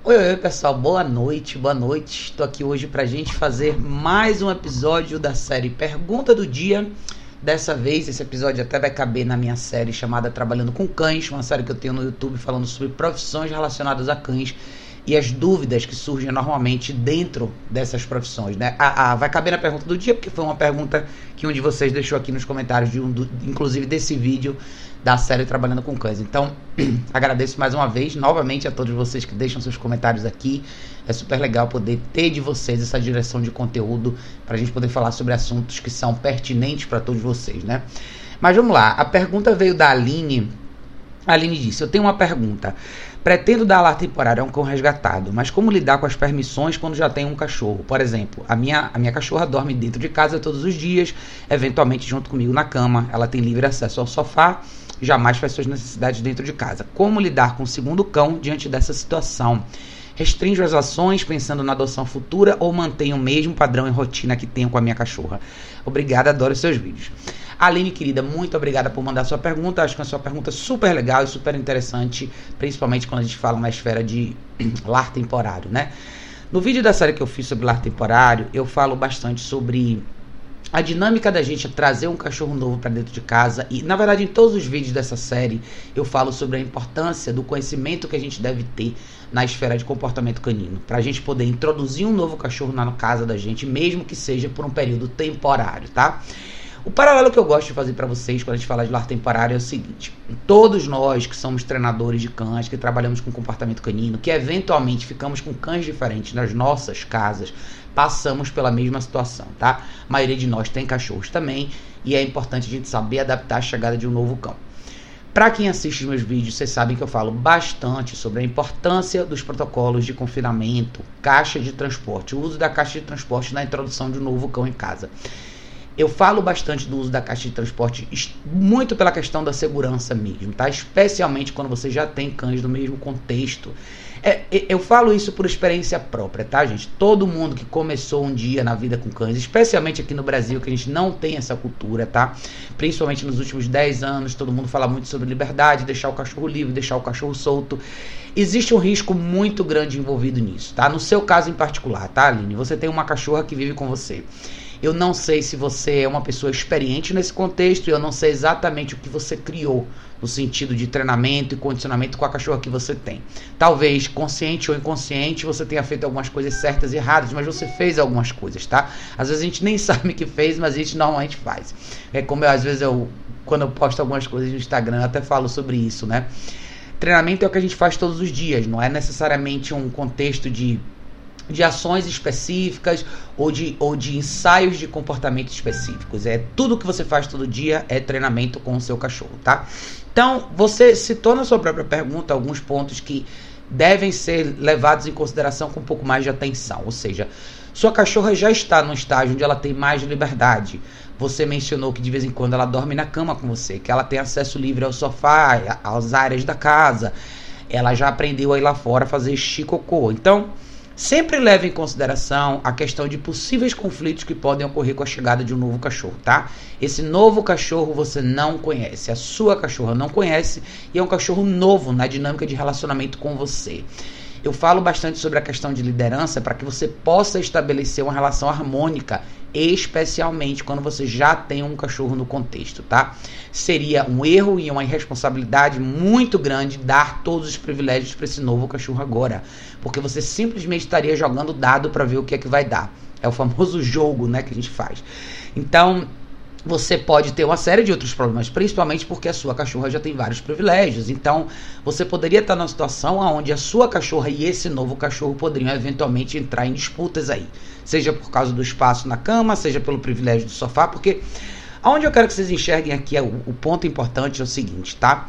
Oi, pessoal, boa noite. Estou aqui hoje pra gente fazer mais um episódio da série Pergunta do Dia. Dessa vez, esse episódio até vai caber na minha série chamada Trabalhando com Cães, uma série que eu tenho no YouTube falando sobre profissões relacionadas a cães e as dúvidas que surgem normalmente dentro dessas profissões, né? Vai caber na pergunta do dia, porque foi uma pergunta que um de vocês deixou aqui nos comentários, inclusive desse vídeo da série Trabalhando com Cães. Então, agradeço mais uma vez, novamente, a todos vocês que deixam seus comentários aqui. É super legal poder ter de vocês essa direção de conteúdo para a gente poder falar sobre assuntos que são pertinentes para todos vocês, né? Mas vamos lá, a pergunta veio da Aline. A Aline disse: eu tenho uma pergunta. Pretendo dar lar temporário a um cão resgatado, mas como lidar com as permissões quando já tem um cachorro? Por exemplo, a minha cachorra dorme dentro de casa todos os dias, eventualmente junto comigo na cama. Ela tem livre acesso ao sofá, jamais faz suas necessidades dentro de casa. Como lidar com o segundo cão diante dessa situação? Restringo as ações pensando na adoção futura ou mantenho o mesmo padrão e rotina que tenho com a minha cachorra? Obrigada, adoro os seus vídeos. Aline, querida, muito obrigada por mandar sua pergunta. Acho que é uma sua pergunta super legal e super interessante, principalmente quando a gente fala na esfera de lar temporário, né? No vídeo da série que eu fiz sobre lar temporário, eu falo bastante sobre a dinâmica da gente trazer um cachorro novo para dentro de casa. E, na verdade, em todos os vídeos dessa série, eu falo sobre a importância do conhecimento que a gente deve ter na esfera de comportamento canino, para a gente poder introduzir um novo cachorro na casa da gente, mesmo que seja por um período temporário, tá? O paralelo que eu gosto de fazer para vocês quando a gente fala de lar temporário é o seguinte: todos nós que somos treinadores de cães, que trabalhamos com comportamento canino, que eventualmente ficamos com cães diferentes nas nossas casas, passamos pela mesma situação, tá? A maioria de nós tem cachorros também e é importante a gente saber adaptar a chegada de um novo cão. Para quem assiste os meus vídeos, vocês sabem que eu falo bastante sobre a importância dos protocolos de confinamento, caixa de transporte, o uso da caixa de transporte na introdução de um novo cão em casa. Eu falo bastante do uso da caixa de transporte muito pela questão da segurança mesmo, tá? Especialmente quando você já tem cães no mesmo contexto. Eu falo isso por experiência própria, tá, gente? Todo mundo que começou um dia na vida com cães, especialmente aqui no Brasil, que a gente não tem essa cultura, tá? Principalmente nos últimos 10 anos, todo mundo fala muito sobre liberdade, deixar o cachorro livre, deixar o cachorro solto. Existe um risco muito grande envolvido nisso, tá? No seu caso em particular, tá, Aline? Você tem uma cachorra que vive com você. Eu não sei se você é uma pessoa experiente nesse contexto e eu não sei exatamente o que você criou no sentido de treinamento e condicionamento com a cachorra que você tem. Talvez, consciente ou inconsciente, você tenha feito algumas coisas certas e erradas, mas você fez algumas coisas, tá? Às vezes a gente nem sabe que fez, mas a gente normalmente faz. É como às vezes quando eu posto algumas coisas no Instagram, eu até falo sobre isso, né? Treinamento é o que a gente faz todos os dias, não é necessariamente um contexto de ações específicas ou de ensaios de comportamento específicos. É tudo que você faz todo dia é treinamento com o seu cachorro, tá? Então, você citou na sua própria pergunta alguns pontos que devem ser levados em consideração com um pouco mais de atenção. Ou seja, sua cachorra já está num estágio onde ela tem mais liberdade. Você mencionou que de vez em quando ela dorme na cama com você, que ela tem acesso livre ao sofá, às áreas da casa. Ela já aprendeu a ir lá fora fazer xixi e cocô. Então, sempre leve em consideração a questão de possíveis conflitos que podem ocorrer com a chegada de um novo cachorro, tá? Esse novo cachorro você não conhece, a sua cachorra não conhece e é um cachorro novo na dinâmica de relacionamento com você. Eu falo bastante sobre a questão de liderança para que você possa estabelecer uma relação harmônica, especialmente quando você já tem um cachorro no contexto, tá? Seria um erro e uma irresponsabilidade muito grande dar todos os privilégios para esse novo cachorro agora, porque você simplesmente estaria jogando dado para ver o que é que vai dar. É o famoso jogo, né, que a gente faz. Então, você pode ter uma série de outros problemas, principalmente porque a sua cachorra já tem vários privilégios. Então, você poderia estar numa situação onde a sua cachorra e esse novo cachorro poderiam eventualmente entrar em disputas aí. Seja por causa do espaço na cama, seja pelo privilégio do sofá, porque aonde eu quero que vocês enxerguem aqui, o ponto importante é o seguinte, tá?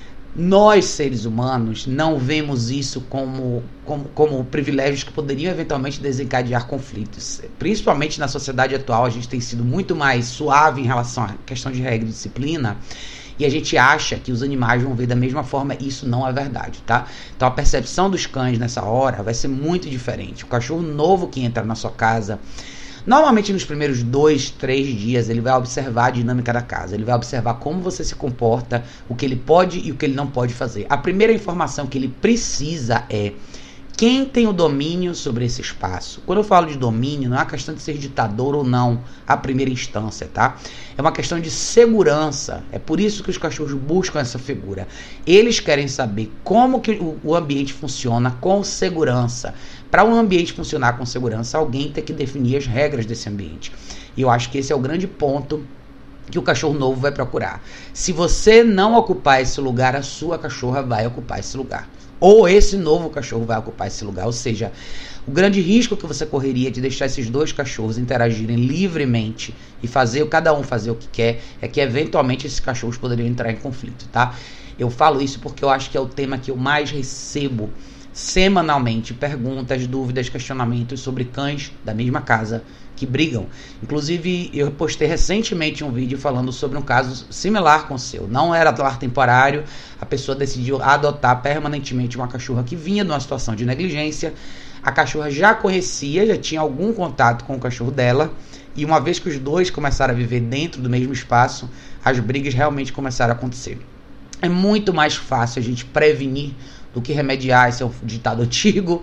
Nós, seres humanos, não vemos isso como privilégios que poderiam eventualmente desencadear conflitos. Principalmente na sociedade atual, a gente tem sido muito mais suave em relação à questão de regra e disciplina, e a gente acha que os animais vão ver da mesma forma. Isso não é verdade, tá? Então a percepção dos cães nessa hora vai ser muito diferente. O cachorro novo que entra na sua casa, normalmente nos primeiros 2, 3 dias, ele vai observar a dinâmica da casa, ele vai observar como você se comporta, o que ele pode e o que ele não pode fazer. A primeira informação que ele precisa é: Quem tem o domínio sobre esse espaço? Quando eu falo de domínio, não é uma questão de ser ditador ou não à primeira instância, tá? É uma questão de segurança. É por isso que os cachorros buscam essa figura. Eles querem saber como que o ambiente funciona com segurança. Para um ambiente funcionar com segurança, alguém tem que definir as regras desse ambiente. E eu acho que esse é o grande ponto que o cachorro novo vai procurar. Se você não ocupar esse lugar, a sua cachorra vai ocupar esse lugar. Ou esse novo cachorro vai ocupar esse lugar. Ou seja, o grande risco que você correria de deixar esses dois cachorros interagirem livremente e cada um fazer o que quer, é que eventualmente esses cachorros poderiam entrar em conflito, tá? Eu falo isso porque eu acho que é o tema que eu mais recebo semanalmente, perguntas, dúvidas, questionamentos sobre cães da mesma casa que brigam. Inclusive, eu postei recentemente um vídeo falando sobre um caso similar com o seu. Não era lar temporário, a pessoa decidiu adotar permanentemente uma cachorra que vinha de uma situação de negligência. A cachorra já conhecia, já tinha algum contato com o cachorro dela, e uma vez que os dois começaram a viver dentro do mesmo espaço, as brigas realmente começaram a acontecer. É muito mais fácil a gente prevenir do que remediar, esse é um ditado antigo,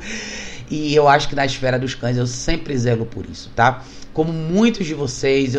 e eu acho que na esfera dos cães eu sempre zelo por isso, tá? Como muitos de vocês,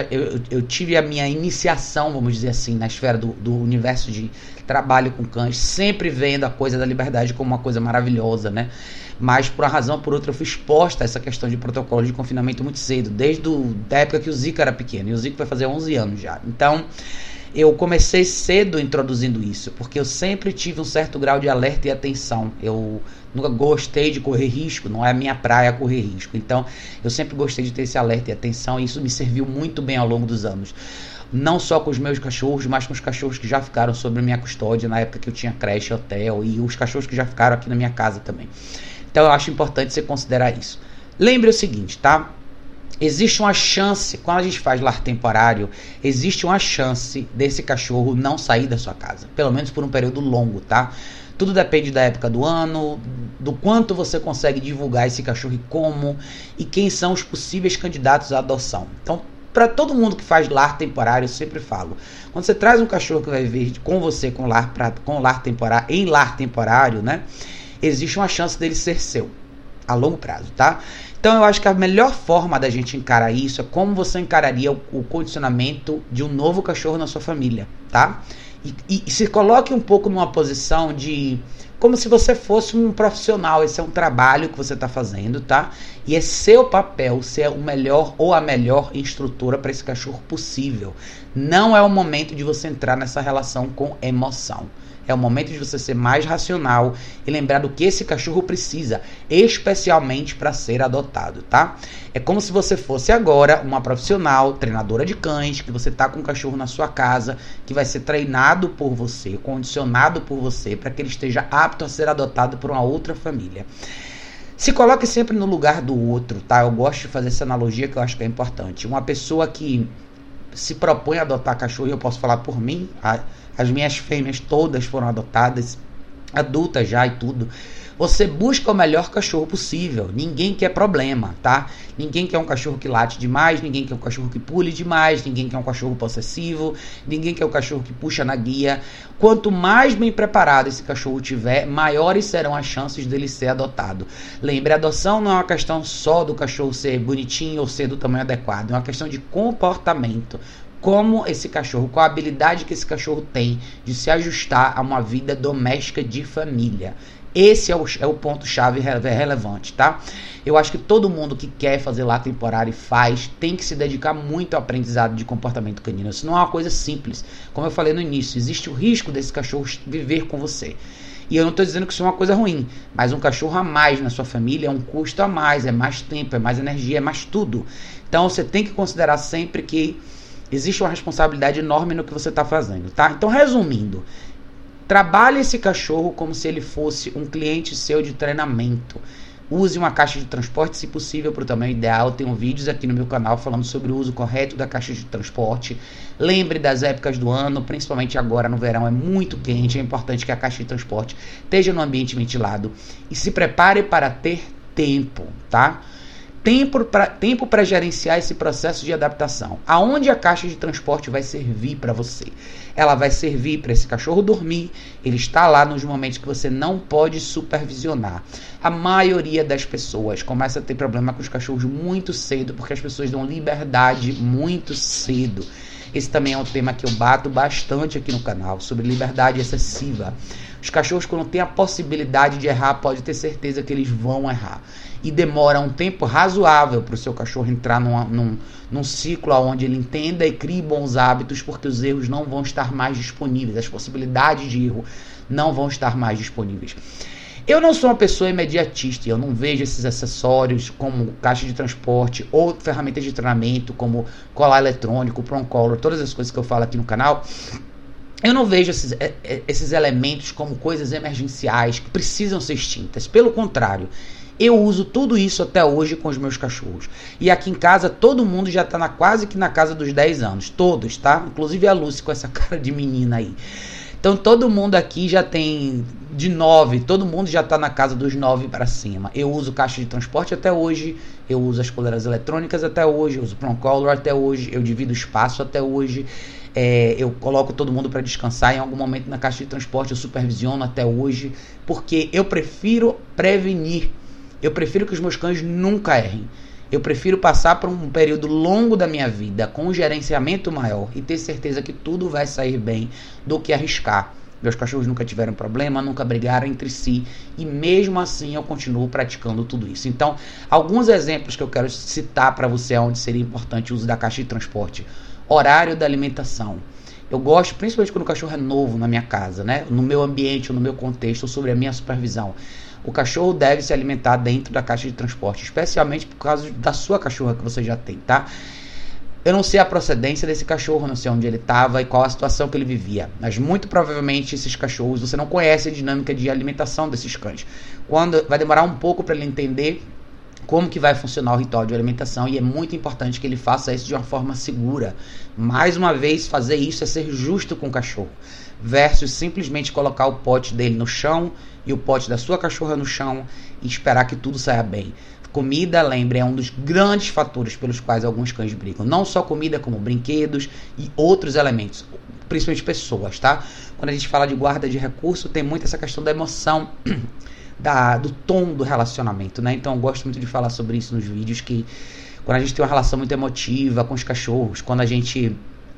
eu tive a minha iniciação, vamos dizer assim, na esfera do universo de trabalho com cães, sempre vendo a coisa da liberdade como uma coisa maravilhosa, né? Mas por uma razão ou por outra eu fui exposta a essa questão de protocolo de confinamento muito cedo, desde a época que o Zico era pequeno, e o Zico vai fazer 11 anos já. Então, eu comecei cedo introduzindo isso, porque eu sempre tive um certo grau de alerta e atenção. Eu nunca gostei de correr risco, não é a minha praia correr risco. Então, eu sempre gostei de ter esse alerta e atenção, e isso me serviu muito bem ao longo dos anos. Não só com os meus cachorros, mas com os cachorros que já ficaram sob minha custódia na época que eu tinha creche, hotel, e os cachorros que já ficaram aqui na minha casa também. Então, eu acho importante você considerar isso. Lembre o seguinte, tá? Existe uma chance, quando a gente faz lar temporário, existe uma chance desse cachorro não sair da sua casa, pelo menos por um período longo, tá? Tudo depende da época do ano, do quanto você consegue divulgar esse cachorro e como, e quem são os possíveis candidatos à adoção. Então, para todo mundo que faz lar temporário, eu sempre falo, quando você traz um cachorro que vai viver com você em lar temporário, né? Existe uma chance dele ser seu, a longo prazo, tá? Então eu acho que a melhor forma da gente encarar isso é como você encararia o condicionamento de um novo cachorro na sua família, tá? E se coloque um pouco numa posição de como se você fosse um profissional. Esse é um trabalho que você está fazendo, tá? E é seu papel ser o melhor ou a melhor instrutora para esse cachorro possível. Não é o momento de você entrar nessa relação com emoção. É o momento de você ser mais racional e lembrar do que esse cachorro precisa, especialmente para ser adotado, tá? É como se você fosse agora uma profissional, treinadora de cães, que você tá com um cachorro na sua casa, que vai ser treinado por você, condicionado por você, para que ele esteja apto a ser adotado por uma outra família. Se coloque sempre no lugar do outro, tá? Eu gosto de fazer essa analogia que eu acho que é importante. Uma pessoa que se propõe a adotar cachorro, e eu posso falar por mim, as minhas fêmeas todas foram adotadas, adultas já e tudo. Você busca o melhor cachorro possível. Ninguém quer problema, tá? Ninguém quer um cachorro que late demais, ninguém quer um cachorro que pule demais, ninguém quer um cachorro possessivo, ninguém quer um cachorro que puxa na guia. Quanto mais bem preparado esse cachorro tiver, maiores serão as chances dele ser adotado. Lembre, a adoção não é uma questão só do cachorro ser bonitinho ou ser do tamanho adequado, é uma questão de comportamento. Como esse cachorro, qual a habilidade que esse cachorro tem de se ajustar a uma vida doméstica de família. Esse é o ponto-chave relevante, tá? Eu acho que todo mundo que quer fazer lar temporário e faz, tem que se dedicar muito ao aprendizado de comportamento canino. Isso não é uma coisa simples. Como eu falei no início, existe o risco desse cachorro viver com você. E eu não estou dizendo que isso é uma coisa ruim, mas um cachorro a mais na sua família é um custo a mais, é mais tempo, é mais energia, é mais tudo. Então você tem que considerar sempre que existe uma responsabilidade enorme no que você está fazendo, tá? Então, resumindo, trabalhe esse cachorro como se ele fosse um cliente seu de treinamento. Use uma caixa de transporte, se possível, para o tamanho ideal. Eu tenho vídeos aqui no meu canal falando sobre o uso correto da caixa de transporte. Lembre das épocas do ano, principalmente agora no verão, é muito quente. É importante que a caixa de transporte esteja no ambiente ventilado. E se prepare para ter tempo, tá? tempo para gerenciar esse processo de adaptação. Aonde a caixa de transporte vai servir para você? Ela vai servir para esse cachorro dormir, ele está lá nos momentos que você não pode supervisionar. A maioria das pessoas começa a ter problema com os cachorros muito cedo, porque as pessoas dão liberdade muito cedo. Esse também é um tema que eu bato bastante aqui no canal, sobre liberdade excessiva. Os cachorros, quando têm a possibilidade de errar, pode ter certeza que eles vão errar. E demora um tempo razoável para o seu cachorro entrar num ciclo onde ele entenda e crie bons hábitos, porque os erros não vão estar mais disponíveis, as possibilidades de erro não vão estar mais disponíveis. Eu não sou uma pessoa imediatista, eu não vejo esses acessórios como caixa de transporte ou ferramentas de treinamento como colar eletrônico, prong collar, todas as coisas que eu falo aqui no canal. Eu não vejo esses elementos como coisas emergenciais que precisam ser extintas. Pelo contrário, eu uso tudo isso até hoje com os meus cachorros. E aqui em casa, todo mundo já está quase que na casa dos 10 anos. Todos, tá? Inclusive a Lucy com essa cara de menina aí. Então todo mundo aqui já tem de 9, todo mundo já está na casa dos 9 para cima. Eu uso caixa de transporte até hoje, eu uso as coleiras eletrônicas até hoje, eu uso prong collar até hoje, eu divido espaço até hoje, eu coloco todo mundo para descansar em algum momento na caixa de transporte, eu supervisiono até hoje, porque eu prefiro prevenir, eu prefiro que os meus cães nunca errem. Eu prefiro passar por um período longo da minha vida com um gerenciamento maior e ter certeza que tudo vai sair bem do que arriscar. Meus cachorros nunca tiveram problema, nunca brigaram entre si e mesmo assim eu continuo praticando tudo isso. Então, alguns exemplos que eu quero citar para você onde seria importante o uso da caixa de transporte. Horário da alimentação. Eu gosto, principalmente quando o cachorro é novo na minha casa, né? No meu ambiente, ou no meu contexto, ou sobre a minha supervisão. O cachorro deve se alimentar dentro da caixa de transporte, especialmente por causa da sua cachorra que você já tem, tá? Eu não sei a procedência desse cachorro, não sei onde ele estava e qual a situação que ele vivia, mas muito provavelmente esses cachorros, você não conhece a dinâmica de alimentação desses cães. Vai demorar um pouco para ele entender como que vai funcionar o ritual de alimentação e é muito importante que ele faça isso de uma forma segura. Mais uma vez, fazer isso é ser justo com o cachorro, versus simplesmente colocar o pote dele no chão e o pote da sua cachorra no chão e esperar que tudo saia bem. Comida, lembre, é um dos grandes fatores pelos quais alguns cães brigam. Não só comida, como brinquedos e outros elementos, principalmente pessoas, tá? Quando a gente fala de guarda de recurso, tem muito essa questão da emoção, do tom do relacionamento, né? Então eu gosto muito de falar sobre isso nos vídeos, que quando a gente tem uma relação muito emotiva com os cachorros, quando a gente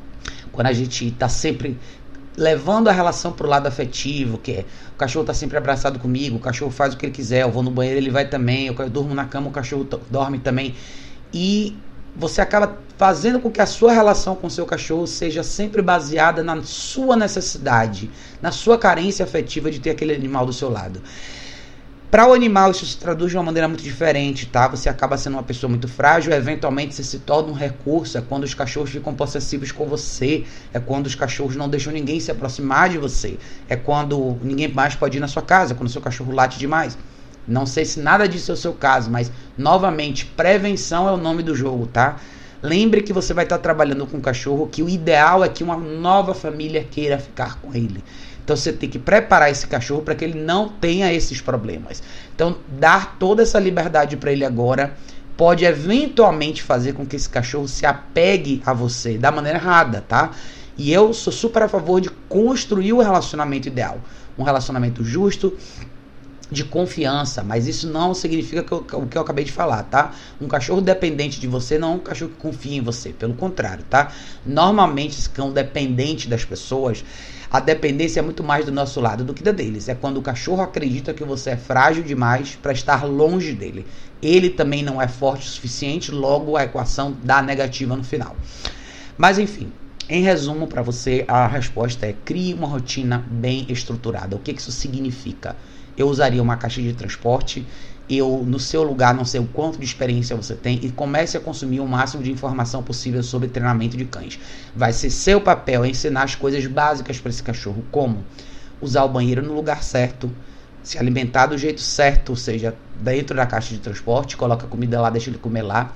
tá sempre levando a relação pro lado afetivo, que é, o cachorro tá sempre abraçado comigo, o cachorro faz o que ele quiser, eu vou no banheiro, ele vai também, eu durmo na cama, o cachorro dorme também, e você acaba fazendo com que a sua relação com o seu cachorro seja sempre baseada na sua necessidade, na sua carência afetiva de ter aquele animal do seu lado. Para o animal isso se traduz de uma maneira muito diferente, tá? Você acaba sendo uma pessoa muito frágil, eventualmente você se torna um recurso, é quando os cachorros ficam possessivos com você, é quando os cachorros não deixam ninguém se aproximar de você, é quando ninguém mais pode ir na sua casa, quando o seu cachorro late demais. Não sei se nada disso é o seu caso, mas, novamente, prevenção é o nome do jogo, tá? Lembre que você vai estar trabalhando com um cachorro que o ideal é que uma nova família queira ficar com ele. Então você tem que preparar esse cachorro para que ele não tenha esses problemas. Então dar toda essa liberdade para ele agora pode eventualmente fazer com que esse cachorro se apegue a você da maneira errada, tá? E eu sou super a favor de construir o relacionamento ideal. Um relacionamento justo, de confiança, mas isso não significa o que eu acabei de falar, tá? Um cachorro dependente de você não é um cachorro que confia em você, pelo contrário, tá? Normalmente esse cão dependente das pessoas, a dependência é muito mais do nosso lado do que da deles. É quando o cachorro acredita que você é frágil demais para estar longe dele. Ele também não é forte o suficiente, logo a equação dá negativa no final. Mas enfim, em resumo para você, a resposta é: crie uma rotina bem estruturada. O que isso significa? Eu usaria uma caixa de transporte, eu no seu lugar, não sei o quanto de experiência você tem, e comece a consumir o máximo de informação possível sobre treinamento de cães. Vai ser seu papel ensinar as coisas básicas para esse cachorro, como usar o banheiro no lugar certo, se alimentar do jeito certo, ou seja, dentro da caixa de transporte, coloca a comida lá, deixa ele comer lá,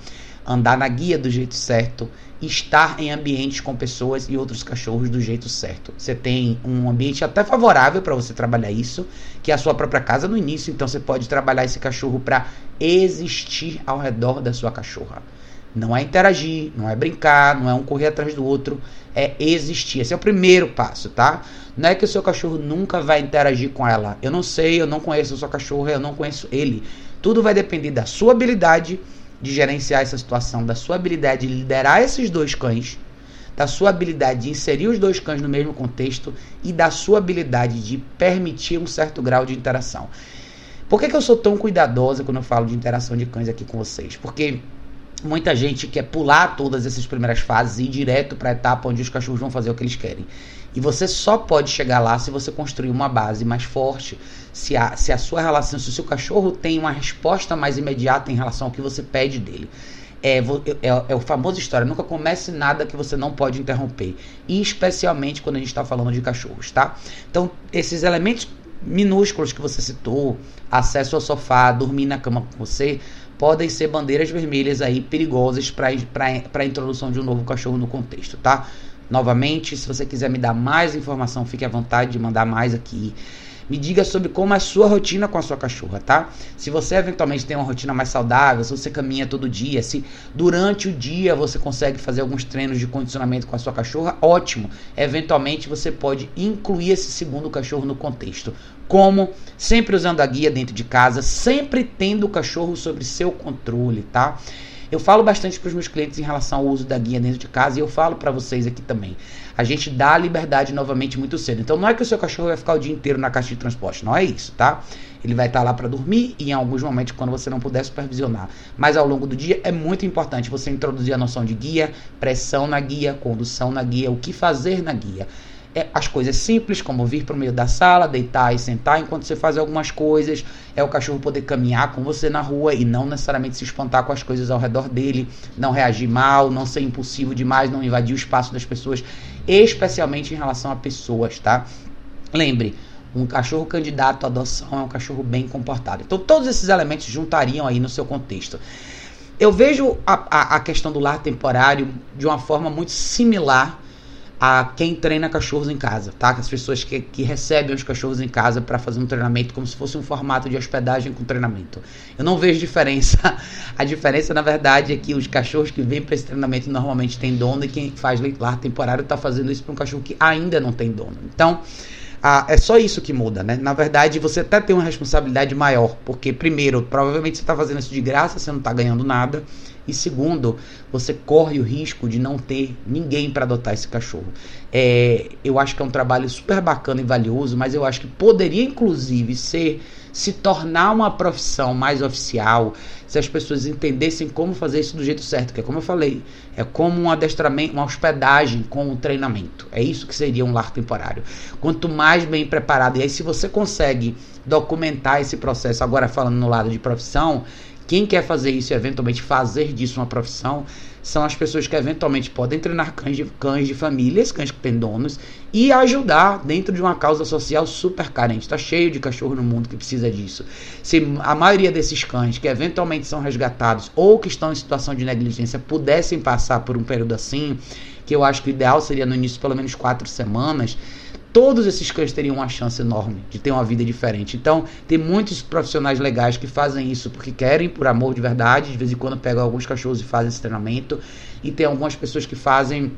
andar na guia do jeito certo, estar em ambientes com pessoas e outros cachorros do jeito certo. Você tem um ambiente até favorável para você trabalhar isso, que é a sua própria casa no início, então você pode trabalhar esse cachorro para existir ao redor da sua cachorra. Não é interagir, não é brincar, não é um correr atrás do outro, é existir. Esse é o primeiro passo, tá? Não é que o seu cachorro nunca vai interagir com ela. Eu não sei, eu não conheço a sua cachorra, eu não conheço ele. Tudo vai depender da sua habilidade de gerenciar essa situação, da sua habilidade de liderar esses dois cães, da sua habilidade de inserir os dois cães no mesmo contexto e da sua habilidade de permitir um certo grau de interação. Por que eu sou tão cuidadosa quando eu falo de interação de cães aqui com vocês? Porque muita gente quer pular todas essas primeiras fases e ir direto para a etapa onde os cachorros vão fazer o que eles querem. E você só pode chegar lá se você construir uma base mais forte, se a sua relação, se o seu cachorro tem uma resposta mais imediata em relação ao que você pede dele. É o famoso história, nunca comece nada que você não pode interromper. E especialmente quando a gente está falando de cachorros, tá? Então, esses elementos minúsculos que você citou, acesso ao sofá, dormir na cama com você, podem ser bandeiras vermelhas aí perigosas para a introdução de um novo cachorro no contexto, tá? Novamente, se você quiser me dar mais informação, fique à vontade de mandar mais aqui. Me diga sobre como é a sua rotina com a sua cachorra, tá? Se você eventualmente tem uma rotina mais saudável, se você caminha todo dia, se durante o dia você consegue fazer alguns treinos de condicionamento com a sua cachorra, ótimo. Eventualmente você pode incluir esse segundo cachorro no contexto. Como? Sempre usando a guia dentro de casa, sempre tendo o cachorro sob seu controle, tá? Eu falo bastante para os meus clientes em relação ao uso da guia dentro de casa e eu falo para vocês aqui também. A gente dá a liberdade novamente muito cedo. Então não é que o seu cachorro vai ficar o dia inteiro na caixa de transporte, não é isso, tá? Ele vai estar lá para dormir e em alguns momentos quando você não puder supervisionar. Mas ao longo do dia é muito importante você introduzir a noção de guia, pressão na guia, condução na guia, o que fazer na guia. As coisas simples, como vir para o meio da sala, deitar e sentar enquanto você faz algumas coisas. É o cachorro poder caminhar com você na rua e não necessariamente se espantar com as coisas ao redor dele, não reagir mal, não ser impulsivo demais, não invadir o espaço das pessoas, especialmente em relação a pessoas, tá? Lembre, um cachorro candidato à adoção é um cachorro bem comportado. Então todos esses elementos juntariam aí no seu contexto. Eu vejo a questão do lar temporário de uma forma muito similar a quem treina cachorros em casa, tá? As pessoas que recebem os cachorros em casa para fazer um treinamento como se fosse um formato de hospedagem com treinamento. Eu não vejo diferença. A diferença, na verdade, é que os cachorros que vêm para esse treinamento normalmente têm dono e quem faz lar temporário está fazendo isso para um cachorro que ainda não tem dono. Então, é só isso que muda, né? Na verdade, você até tem uma responsabilidade maior, porque primeiro, provavelmente você está fazendo isso de graça, você não está ganhando nada. E segundo, você corre o risco de não ter ninguém para adotar esse cachorro. Eu acho que é um trabalho super bacana e valioso, mas eu acho que poderia inclusive se tornar uma profissão mais oficial se as pessoas entendessem como fazer isso do jeito certo, que é como eu falei, é como um adestramento, uma hospedagem com o treinamento. É isso que seria um lar temporário. Quanto mais bem preparado, e aí se você consegue documentar esse processo, agora falando no lado de profissão, quem quer fazer isso e eventualmente fazer disso uma profissão são as pessoas que eventualmente podem treinar cães de famílias, cães que têm donos, e ajudar dentro de uma causa social super carente. Está cheio de cachorro no mundo que precisa disso. Se a maioria desses cães que eventualmente são resgatados ou que estão em situação de negligência pudessem passar por um período assim, que eu acho que o ideal seria no início pelo menos 4 semanas, todos esses cães teriam uma chance enorme de ter uma vida diferente. Então, tem muitos profissionais legais que fazem isso porque querem, por amor de verdade. De vez em quando pegam alguns cachorros e fazem esse treinamento. E tem algumas pessoas que fazem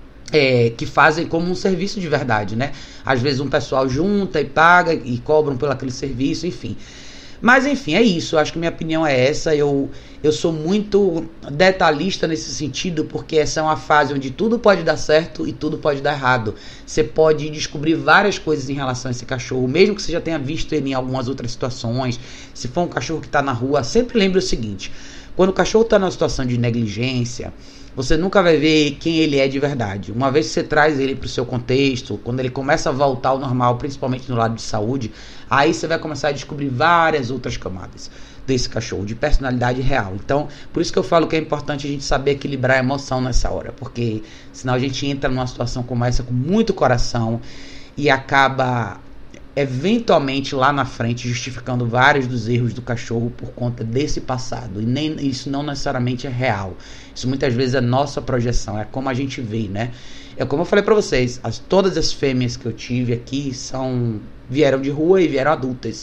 como um serviço de verdade, né? Às vezes um pessoal junta e paga e cobram pelo aquele serviço, enfim. Mas enfim, é isso. Eu acho que minha opinião é essa. Eu sou muito detalhista nesse sentido, porque essa é uma fase onde tudo pode dar certo e tudo pode dar errado. Você pode descobrir várias coisas em relação a esse cachorro, mesmo que você já tenha visto ele em algumas outras situações. Se for um cachorro que está na rua, sempre lembre o seguinte: quando o cachorro está numa situação de negligência, você nunca vai ver quem ele é de verdade. Uma vez que você traz ele para o seu contexto, quando ele começa a voltar ao normal, principalmente no lado de saúde, aí você vai começar a descobrir várias outras camadas desse cachorro, de personalidade real. Então, por isso que eu falo que é importante a gente saber equilibrar a emoção nessa hora, porque senão a gente entra numa situação como essa com muito coração e acaba eventualmente lá na frente justificando vários dos erros do cachorro por conta desse passado, e nem isso não necessariamente é real. Isso muitas vezes é nossa projeção, é como a gente vê, né? É como eu falei pra vocês, todas as fêmeas que eu tive aqui vieram de rua e vieram adultas,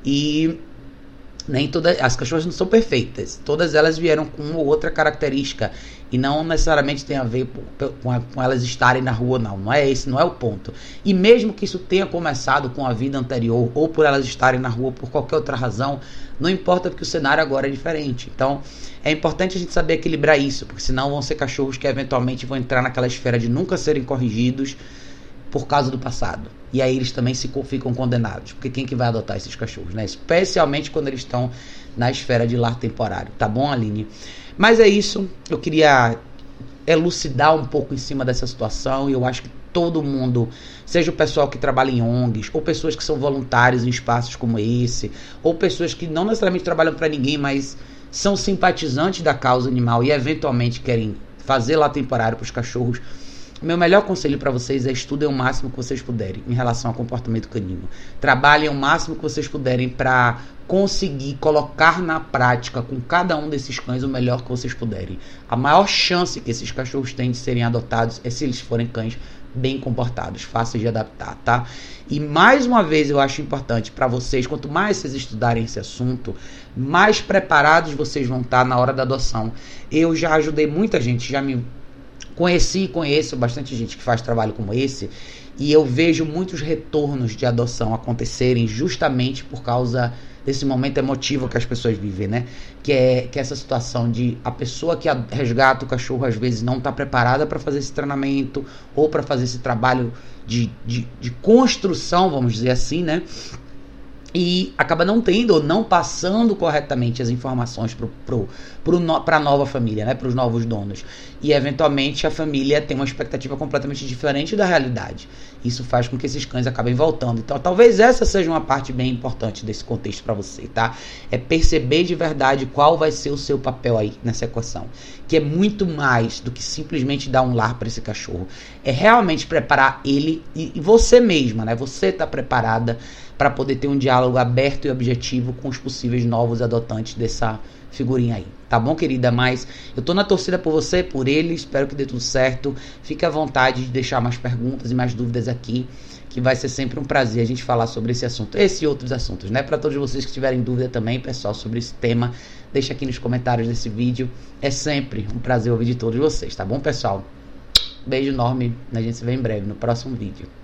e nem todas as cachorras não são perfeitas, todas elas vieram com uma ou outra característica, e não necessariamente tem a ver com elas estarem na rua, não é esse, não é o ponto. E mesmo que isso tenha começado com a vida anterior, ou por elas estarem na rua por qualquer outra razão, não importa, porque o cenário agora é diferente. Então é importante a gente saber equilibrar isso, porque senão vão ser cachorros que eventualmente vão entrar naquela esfera de nunca serem corrigidos por causa do passado. E aí eles também ficam condenados, porque quem que vai adotar esses cachorros, né? Especialmente quando eles estão na esfera de lar temporário, tá bom, Aline? Mas é isso, eu queria elucidar um pouco em cima dessa situação, e eu acho que todo mundo, seja o pessoal que trabalha em ONGs, ou pessoas que são voluntários em espaços como esse, ou pessoas que não necessariamente trabalham para ninguém, mas são simpatizantes da causa animal e eventualmente querem fazer lar temporário para os cachorros, meu melhor conselho para vocês é: estudem o máximo que vocês puderem em relação ao comportamento canino. Trabalhem o máximo que vocês puderem para conseguir colocar na prática com cada um desses cães o melhor que vocês puderem. A maior chance que esses cachorros têm de serem adotados é se eles forem cães bem comportados, fáceis de adaptar, tá? E mais uma vez eu acho importante para vocês, quanto mais vocês estudarem esse assunto, mais preparados vocês vão estar na hora da adoção. Eu já ajudei muita gente, já me conheci e conheço bastante gente que faz trabalho como esse, e eu vejo muitos retornos de adoção acontecerem justamente por causa desse momento emotivo que as pessoas vivem, né? Que é essa situação de a pessoa que resgata o cachorro às vezes não está preparada para fazer esse treinamento ou para fazer esse trabalho de construção, vamos dizer assim, né? E acaba não tendo ou não passando corretamente as informações para a nova família, né? Para os novos donos. E eventualmente a família tem uma expectativa completamente diferente da realidade. Isso faz com que esses cães acabem voltando. Então talvez essa seja uma parte bem importante desse contexto para você, tá? É perceber de verdade qual vai ser o seu papel aí nessa equação. Que é muito mais do que simplesmente dar um lar para esse cachorro. É realmente preparar ele e você mesma, né? Você está preparada para poder ter um diálogo aberto e objetivo com os possíveis novos adotantes dessa figurinha aí. Tá bom, querida? Mas eu tô na torcida por você, por ele, espero que dê tudo certo. Fique à vontade de deixar mais perguntas e mais dúvidas aqui, que vai ser sempre um prazer a gente falar sobre esse assunto, esse e outros assuntos, né? Para todos vocês que tiverem dúvida também, pessoal, sobre esse tema, deixa aqui nos comentários desse vídeo. É sempre um prazer ouvir de todos vocês, tá bom, pessoal? Beijo enorme, a gente se vê em breve no próximo vídeo.